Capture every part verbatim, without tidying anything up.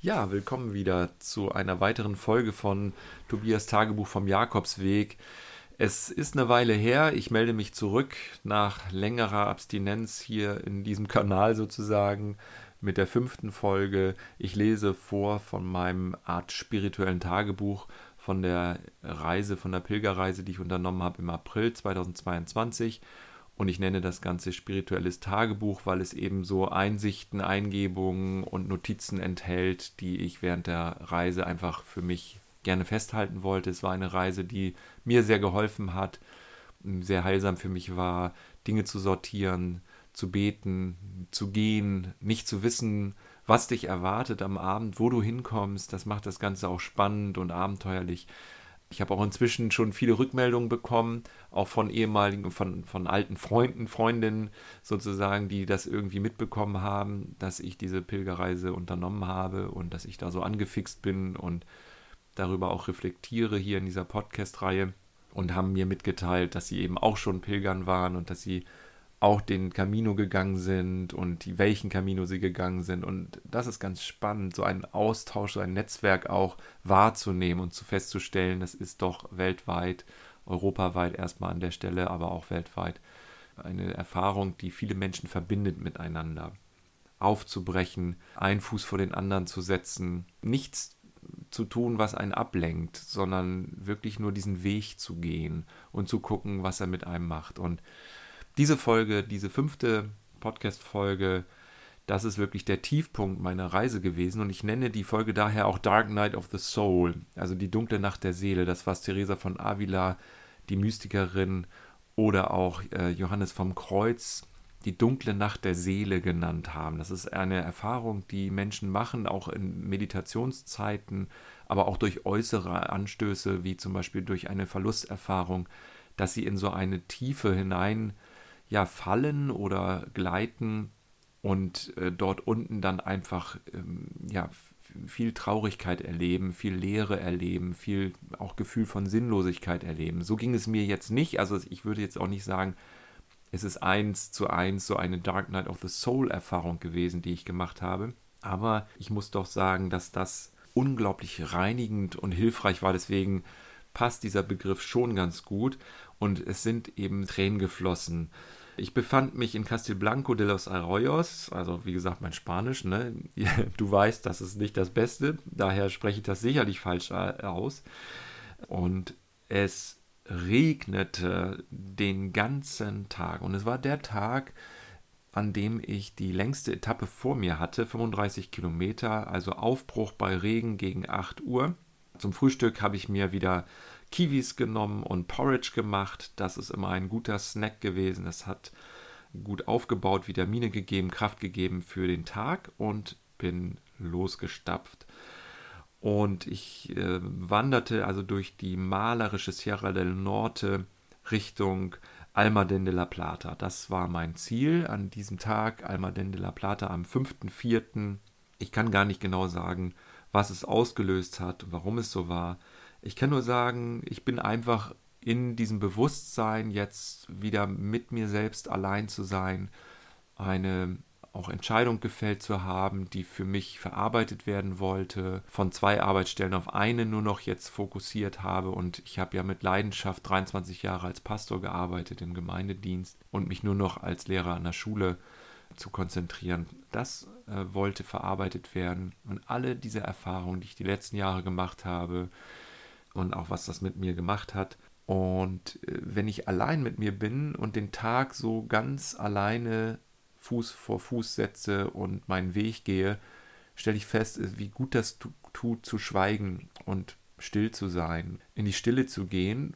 Ja, willkommen wieder zu einer weiteren Folge von Tobias Tagebuch vom Jakobsweg. Es ist eine Weile her, ich melde mich zurück nach längerer Abstinenz hier in diesem Kanal sozusagen mit der fünften Folge. Ich lese vor von meinem Art spirituellen Tagebuch von der Reise, von der Pilgerreise, die ich unternommen habe im April zweitausendzweiundzwanzig. Und ich nenne das Ganze spirituelles Tagebuch, weil es eben so Einsichten, Eingebungen und Notizen enthält, die ich während der Reise einfach für mich gerne festhalten wollte. Es war eine Reise, die mir sehr geholfen hat, sehr heilsam für mich war, Dinge zu sortieren, zu beten, zu gehen, nicht zu wissen, was dich erwartet am Abend, wo du hinkommst. Das macht das Ganze auch spannend und abenteuerlich. Ich habe auch inzwischen schon viele Rückmeldungen bekommen, auch von ehemaligen, von, von alten Freunden, Freundinnen sozusagen, die das irgendwie mitbekommen haben, dass ich diese Pilgerreise unternommen habe und dass ich da so angefixt bin und darüber auch reflektiere hier in dieser Podcast-Reihe und haben mir mitgeteilt, dass sie eben auch schon pilgern waren und dass sie auch den Camino gegangen sind und die, welchen Camino sie gegangen sind. Und das ist ganz spannend, so einen Austausch, so ein Netzwerk auch wahrzunehmen und zu festzustellen, das ist doch weltweit, europaweit erstmal an der Stelle, aber auch weltweit eine Erfahrung, die viele Menschen verbindet miteinander. Aufzubrechen, einen Fuß vor den anderen zu setzen, nichts zu tun, was einen ablenkt, sondern wirklich nur diesen Weg zu gehen und zu gucken, was er mit einem macht. Und diese Folge, diese fünfte Podcast-Folge, das ist wirklich der Tiefpunkt meiner Reise gewesen und ich nenne die Folge daher auch Dark Night of the Soul, also die dunkle Nacht der Seele, das was Teresa von Avila, die Mystikerin oder auch äh, Johannes vom Kreuz die dunkle Nacht der Seele genannt haben. Das ist eine Erfahrung, die Menschen machen, auch in Meditationszeiten, aber auch durch äußere Anstöße, wie zum Beispiel durch eine Verlusterfahrung, dass sie in so eine Tiefe hinein ja, fallen oder gleiten und äh, dort unten dann einfach ähm, ja, viel Traurigkeit erleben, viel Leere erleben, viel auch Gefühl von Sinnlosigkeit erleben. So ging es mir jetzt nicht. Also ich würde jetzt auch nicht sagen, es ist eins zu eins so eine Dark Night of the Soul Erfahrung gewesen, die ich gemacht habe. Aber ich muss doch sagen, dass das unglaublich reinigend und hilfreich war. Deswegen passt dieser Begriff schon ganz gut. Und es sind eben Tränen geflossen. Ich befand mich in Castilblanco de los Arroyos, also wie gesagt mein Spanisch, ne? Du weißt, das ist nicht das Beste, daher spreche ich das sicherlich falsch aus. Und es regnete den ganzen Tag und es war der Tag, an dem ich die längste Etappe vor mir hatte, fünfunddreißig Kilometer, also Aufbruch bei Regen gegen acht Uhr. Zum Frühstück habe ich mir wieder Kiwis genommen und Porridge gemacht. Das ist immer ein guter Snack gewesen. Das hat gut aufgebaut, Vitamine gegeben, Kraft gegeben für den Tag und bin losgestapft. Und ich äh, wanderte also durch die malerische Sierra del Norte Richtung Almaden de la Plata. Das war mein Ziel an diesem Tag, Almaden de la Plata am fünften vierten Ich kann gar nicht genau sagen, was es ausgelöst hat, warum es so war. Ich kann nur sagen, ich bin einfach in diesem Bewusstsein, jetzt wieder mit mir selbst allein zu sein, eine auch Entscheidung gefällt zu haben, die für mich verarbeitet werden wollte, von zwei Arbeitsstellen auf eine nur noch jetzt fokussiert habe und ich habe ja mit Leidenschaft dreiundzwanzig Jahre als Pastor gearbeitet im Gemeindedienst und mich nur noch als Lehrer an der Schule zu konzentrieren. Das äh, wollte verarbeitet werden und alle diese Erfahrungen, die ich die letzten Jahre gemacht habe, und auch was das mit mir gemacht hat. Und äh, wenn ich allein mit mir bin und den Tag so ganz alleine Fuß vor Fuß setze und meinen Weg gehe, stelle ich fest, wie gut das tut, zu schweigen und still zu sein, in die Stille zu gehen.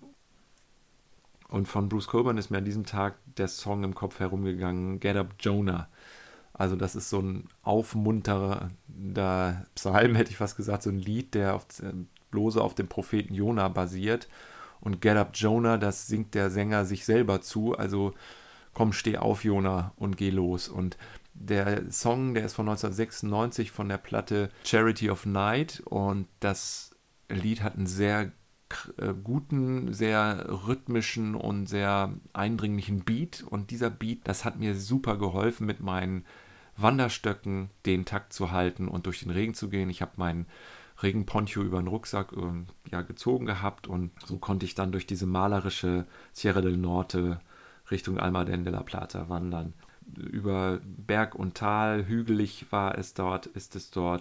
Und von Bruce Cockburn ist mir an diesem Tag der Song im Kopf herumgegangen, Get Up Jonah. Also das ist so ein aufmunternder Psalm, hätte ich fast gesagt, so ein Lied, der auf, bloße auf dem Propheten Jona basiert. Und Get Up Jonah, das singt der Sänger sich selber zu, also komm, steh auf, Jona, und geh los. Und der Song, der ist von neunzehnhundertsechsundneunzig von der Platte Charity of Night und das Lied hat einen sehr äh, guten, sehr rhythmischen und sehr eindringlichen Beat und dieser Beat, das hat mir super geholfen, mit meinen Wanderstöcken den Takt zu halten und durch den Regen zu gehen. Ich habe meinen Regenponcho über den Rucksack äh, ja, gezogen gehabt und so konnte ich dann durch diese malerische Sierra del Norte Richtung Almadén de la Plata wandern. Über Berg und Tal, hügelig war es dort, ist es dort.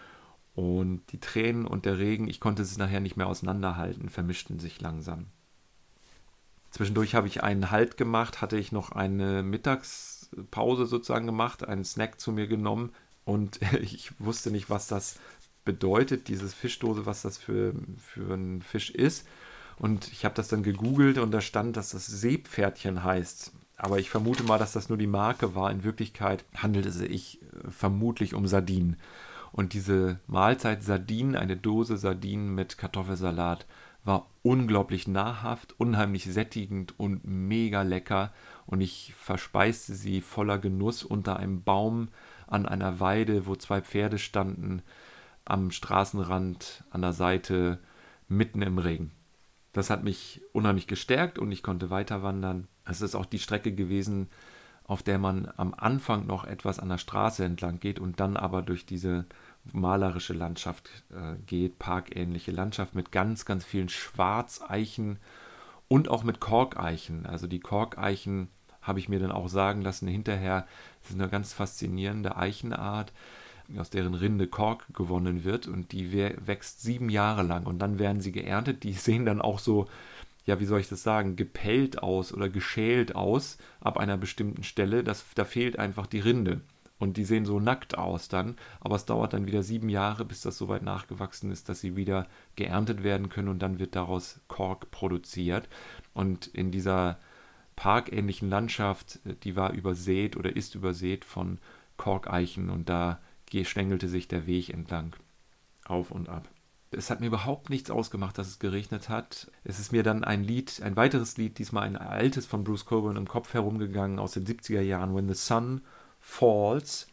Und die Tränen und der Regen, ich konnte es nachher nicht mehr auseinanderhalten, vermischten sich langsam. Zwischendurch habe ich einen Halt gemacht, hatte ich noch eine Mittagspause sozusagen gemacht, einen Snack zu mir genommen und ich wusste nicht, was das bedeutet, diese Fischdose, was das für, für ein Fisch ist. Und ich habe das dann gegoogelt und da stand, dass das Seepferdchen heißt. Aber ich vermute mal, dass das nur die Marke war. In Wirklichkeit handelte es sich vermutlich um Sardinen. Und diese Mahlzeit Sardinen, eine Dose Sardinen mit Kartoffelsalat, war unglaublich nahrhaft, unheimlich sättigend und mega lecker. Und ich verspeiste sie voller Genuss unter einem Baum an einer Weide, wo zwei Pferde standen, am Straßenrand, an der Seite, mitten im Regen. Das hat mich unheimlich gestärkt und ich konnte weiter wandern. Es ist auch die Strecke gewesen, auf der man am Anfang noch etwas an der Straße entlang geht und dann aber durch diese malerische Landschaft äh, geht, parkähnliche Landschaft mit ganz, ganz vielen Schwarzeichen und auch mit Korkeichen. Also die Korkeichen habe ich mir dann auch sagen lassen hinterher, das ist eine ganz faszinierende Eichenart, aus deren Rinde Kork gewonnen wird und die wächst sieben Jahre lang und dann werden sie geerntet. Die sehen dann auch so, ja, wie soll ich das sagen, gepellt aus oder geschält aus ab einer bestimmten Stelle. Das, da fehlt einfach die Rinde. Und die sehen so nackt aus dann, aber es dauert dann wieder sieben Jahre, bis das so weit nachgewachsen ist, dass sie wieder geerntet werden können und dann wird daraus Kork produziert. Und in dieser parkähnlichen Landschaft, die war übersät oder ist übersät von Korkeichen und da schlängelte sich der Weg entlang, auf und ab. Es hat mir überhaupt nichts ausgemacht, dass es geregnet hat. Es ist mir dann ein Lied, ein weiteres Lied, diesmal ein altes von Bruce Cockburn im Kopf herumgegangen aus den siebziger Jahren, When the Sun Falls.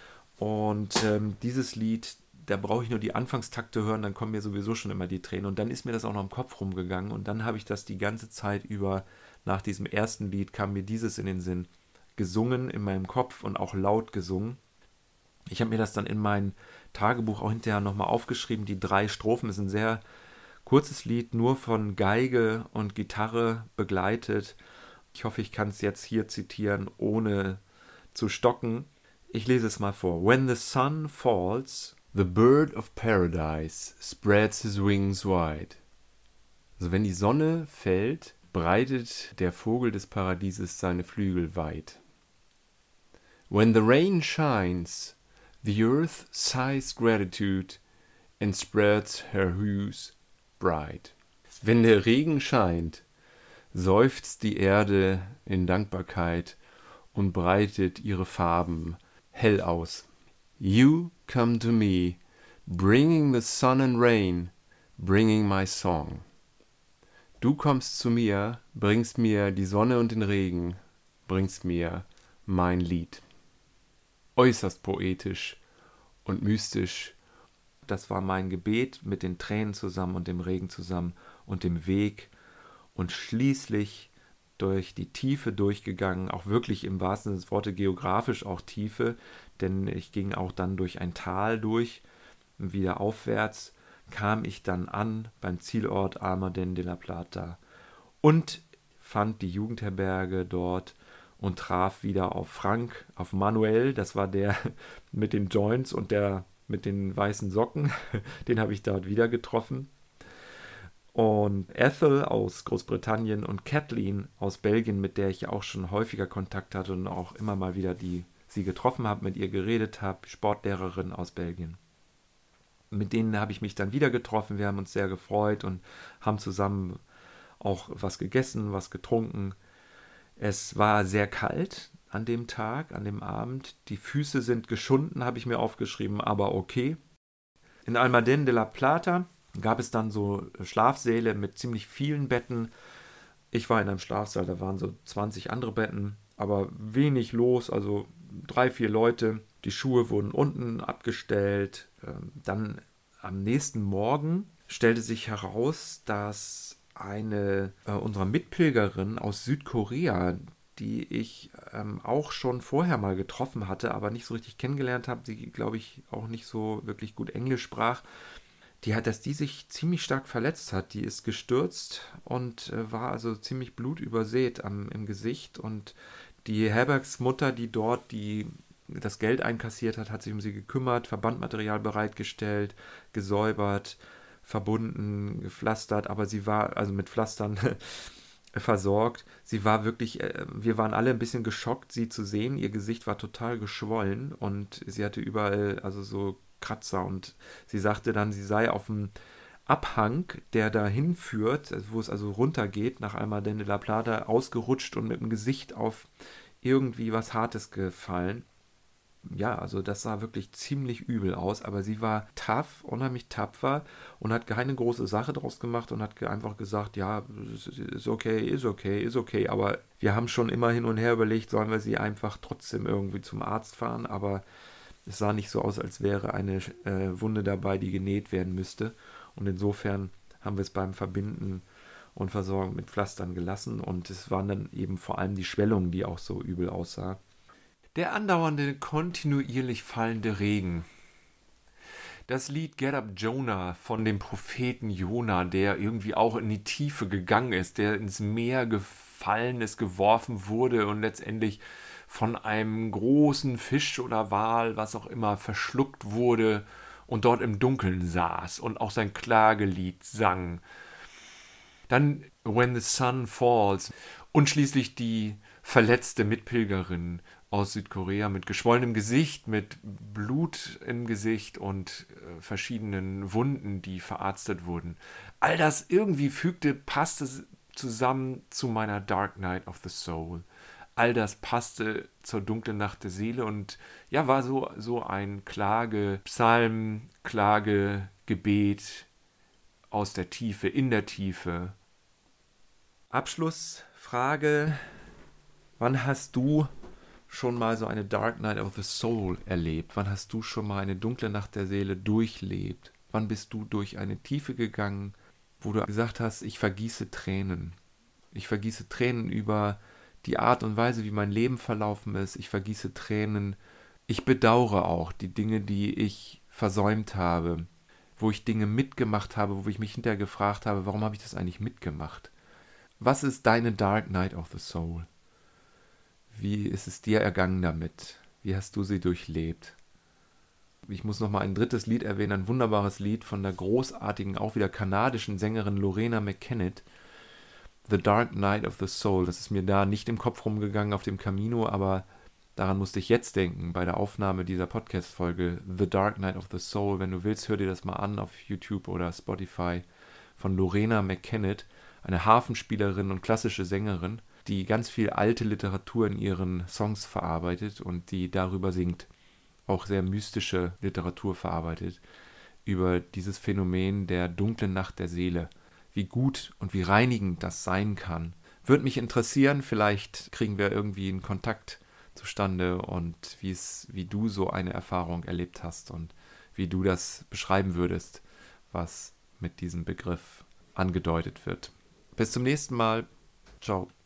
Und ähm, dieses Lied, da brauche ich nur die Anfangstakte hören, dann kommen mir sowieso schon immer die Tränen. Und dann ist mir das auch noch im Kopf rumgegangen und dann habe ich das die ganze Zeit über, nach diesem ersten Lied kam mir dieses in den Sinn, gesungen in meinem Kopf und auch laut gesungen. Ich habe mir das dann in mein Tagebuch auch hinterher nochmal aufgeschrieben. Die drei Strophen ist ein sehr kurzes Lied, nur von Geige und Gitarre begleitet. Ich hoffe, ich kann es jetzt hier zitieren, ohne zu stocken. Ich lese es mal vor. When the sun falls, the bird of paradise spreads his wings wide. Also wenn die Sonne fällt, breitet der Vogel des Paradieses seine Flügel weit. When the rain shines, the earth sighs gratitude and spreads her hues bright. Wenn der Regen scheint, seufzt die Erde in Dankbarkeit und breitet ihre Farben hell aus. You come to me, bringing the sun and rain, bringing my song. Du kommst zu mir, bringst mir die Sonne und den Regen, bringst mir mein Lied. Äußerst poetisch und mystisch. Das war mein Gebet mit den Tränen zusammen und dem Regen zusammen und dem Weg und schließlich durch die Tiefe durchgegangen, auch wirklich im wahrsten Sinne des Wortes geografisch auch Tiefe, denn ich ging auch dann durch ein Tal durch, wieder aufwärts, kam ich dann an beim Zielort Almadén de la Plata und fand die Jugendherberge dort und traf wieder auf Frank, auf Manuel, das war der mit den Joints und der mit den weißen Socken, den habe ich dort wieder getroffen. Und Ethel aus Großbritannien und Kathleen aus Belgien, mit der ich auch schon häufiger Kontakt hatte und auch immer mal wieder die, sie getroffen habe, mit ihr geredet habe, Sportlehrerin aus Belgien. Mit denen habe ich mich dann wieder getroffen, wir haben uns sehr gefreut und haben zusammen auch was gegessen, was getrunken. Es war sehr kalt an dem Tag, an dem Abend. Die Füße sind geschunden, habe ich mir aufgeschrieben, aber okay. In Almadén de la Plata gab es dann so Schlafsäle mit ziemlich vielen Betten. Ich war in einem Schlafsaal, da waren so zwanzig andere Betten, aber wenig los, also drei, vier Leute. Die Schuhe wurden unten abgestellt. Dann am nächsten Morgen stellte sich heraus, dass eine äh, unserer Mitpilgerinnen aus Südkorea, die ich ähm, auch schon vorher mal getroffen hatte, aber nicht so richtig kennengelernt habe. Sie, glaube ich, auch nicht so wirklich gut Englisch sprach. Die hat, dass die sich ziemlich stark verletzt hat. Die ist gestürzt und äh, war also ziemlich blutübersät am, im Gesicht. Und die Herbergsmutter, die dort die, das Geld einkassiert hat, hat sich um sie gekümmert, Verbandmaterial bereitgestellt, gesäubert, verbunden, gepflastert. Aber sie war, also mit Pflastern versorgt. Sie war wirklich, äh, wir waren alle ein bisschen geschockt, sie zu sehen. Ihr Gesicht war total geschwollen und sie hatte überall, also so Kratzer, und sie sagte dann, sie sei auf dem Abhang, der dahin führt, also wo es also runtergeht, nach Almaden de la Plata, ausgerutscht und mit dem Gesicht auf irgendwie was Hartes gefallen. Ja, also das sah wirklich ziemlich übel aus, aber sie war tough, unheimlich tapfer und hat keine große Sache draus gemacht und hat einfach gesagt, ja, ist okay, ist okay, ist okay, aber wir haben schon immer hin und her überlegt, sollen wir sie einfach trotzdem irgendwie zum Arzt fahren, aber es sah nicht so aus, als wäre eine äh, Wunde dabei, die genäht werden müsste, und insofern haben wir es beim Verbinden und Versorgen mit Pflastern gelassen, und es waren dann eben vor allem die Schwellung, die auch so übel aussah. Der andauernde, kontinuierlich fallende Regen. Das Lied Get Up Jonah von dem Propheten Jona, der irgendwie auch in die Tiefe gegangen ist, der ins Meer gefallen ist, geworfen wurde und letztendlich von einem großen Fisch oder Wal, was auch immer, verschluckt wurde und dort im Dunkeln saß und auch sein Klagelied sang. Dann When the Sun Falls und schließlich die verletzte Mitpilgerin aus Südkorea mit geschwollenem Gesicht, mit Blut im Gesicht und äh, verschiedenen Wunden, die verarztet wurden. All das irgendwie fügte, passte zusammen zu meiner Dark Night of the Soul. All das passte zur dunklen Nacht der Seele und ja, war so, so ein Klage-Psalm, Klage-Gebet aus der Tiefe, in der Tiefe. Abschlussfrage: Wann hast du schon mal so eine Dark Night of the Soul erlebt? Wann hast du schon mal eine dunkle Nacht der Seele durchlebt? Wann bist du durch eine Tiefe gegangen, wo du gesagt hast, ich vergieße Tränen? Ich vergieße Tränen über die Art und Weise, wie mein Leben verlaufen ist. Ich vergieße Tränen. Ich bedauere auch die Dinge, die ich versäumt habe, wo ich Dinge mitgemacht habe, wo ich mich hinterher gefragt habe, warum habe ich das eigentlich mitgemacht? Was ist deine Dark Night of the Soul? Wie ist es dir ergangen damit? Wie hast du sie durchlebt? Ich muss noch mal ein drittes Lied erwähnen, ein wunderbares Lied von der großartigen, auch wieder kanadischen Sängerin Lorena McKennitt. The Dark Night of the Soul. Das ist mir da nicht im Kopf rumgegangen auf dem Camino, aber daran musste ich jetzt denken bei der Aufnahme dieser Podcast-Folge. The Dark Night of the Soul. Wenn du willst, hör dir das mal an auf YouTube oder Spotify, von Lorena McKennitt, eine Harfenspielerin und klassische Sängerin, die ganz viel alte Literatur in ihren Songs verarbeitet und die darüber singt, auch sehr mystische Literatur verarbeitet, über dieses Phänomen der dunklen Nacht der Seele, wie gut und wie reinigend das sein kann. Würde mich interessieren, vielleicht kriegen wir irgendwie einen Kontakt zustande und wie es, wie du so eine Erfahrung erlebt hast und wie du das beschreiben würdest, was mit diesem Begriff angedeutet wird. Bis zum nächsten Mal. Ciao.